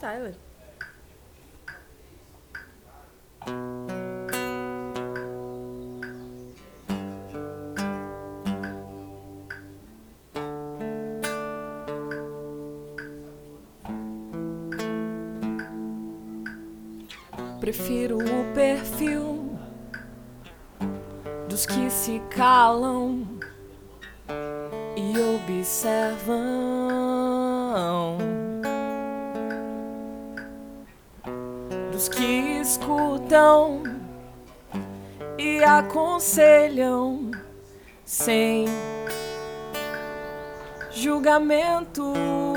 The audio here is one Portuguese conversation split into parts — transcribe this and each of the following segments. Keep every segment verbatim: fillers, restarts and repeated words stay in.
Tyler. Prefiro o perfil dos que se calam e observam, dos que escutam e aconselham sem julgamentos.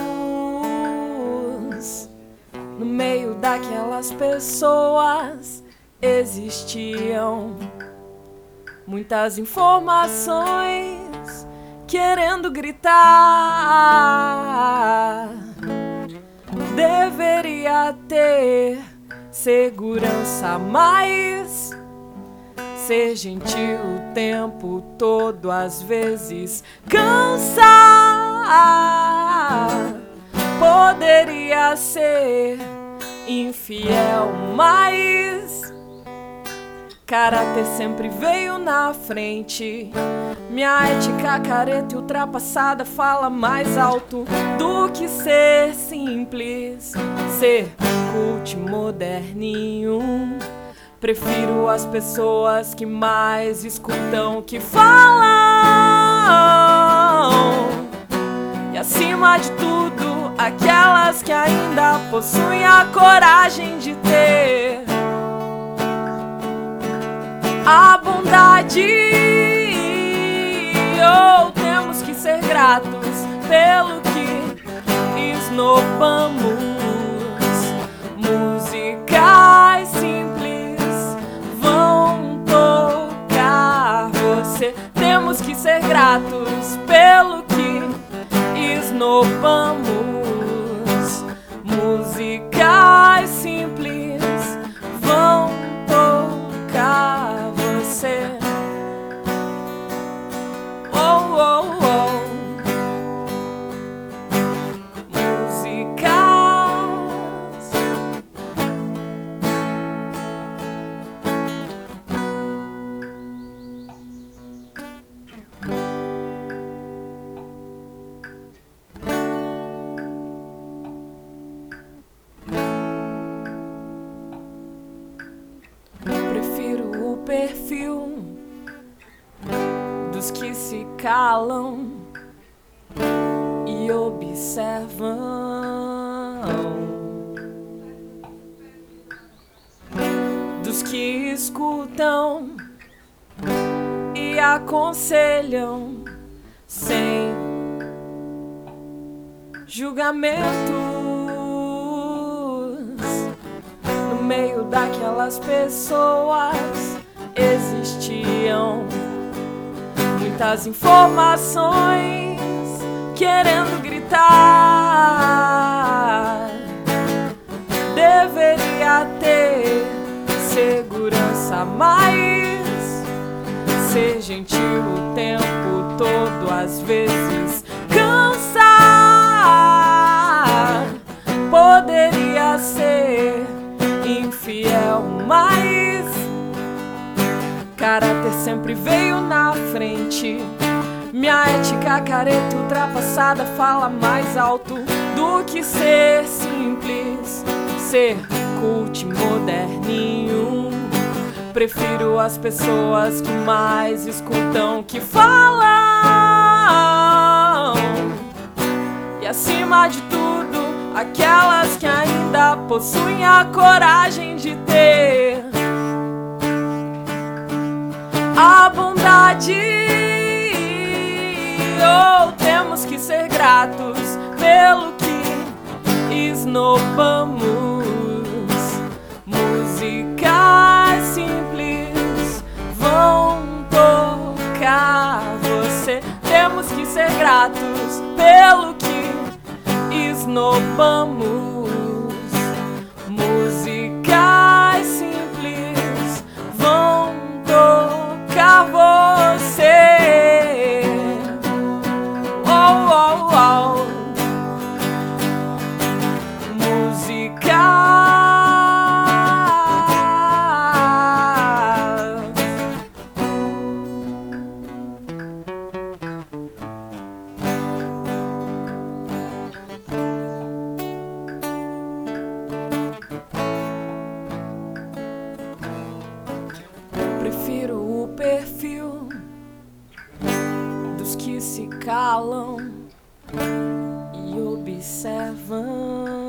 No meio daquelas pessoas existiam muitas informações querendo gritar. Deveria ter segurança, mas ser gentil o tempo todo às vezes cansa. Poderia ser infiel, mas caráter sempre veio na frente. Minha ética careta e ultrapassada fala mais alto do que ser simples, ser cult moderninho. Prefiro as pessoas que mais escutam que falam, e acima de tudo, aquelas que ainda possuem a coragem de ter a bondade. Ou oh, temos que ser gratos pelo que esnobamos. Músicas simples vão tocar você. Temos que ser gratos pelo que esnobamos. Músicas simples vão tocar você. Oh, oh, oh. Músicas. Prefiro o perfil dos que se calam e observam, dos que escutam e aconselham sem julgamentos. No meio daquelas pessoas existiam muitas informações querendo gritar. Deveria ter segurança, mas ser gentil o tempo todo às vezes cansa. Poderia ser infiel, mas caráter sempre veio na frente. Minha ética careta ultrapassada fala mais alto do que ser simples, ser cult moderninho. Prefiro as pessoas que mais escutam que falam, e acima de tudo, aquelas que ainda possuem a coragem de ter a bondade. Ou oh, temos que ser gratos pelo que esnobamos. Músicas simples vão tocar você. Temos que ser gratos pelo que esnobamos. Músicas simples vão tocar você. Oh, oh, oh. Música prefiro o perfil dos que se calam e observam.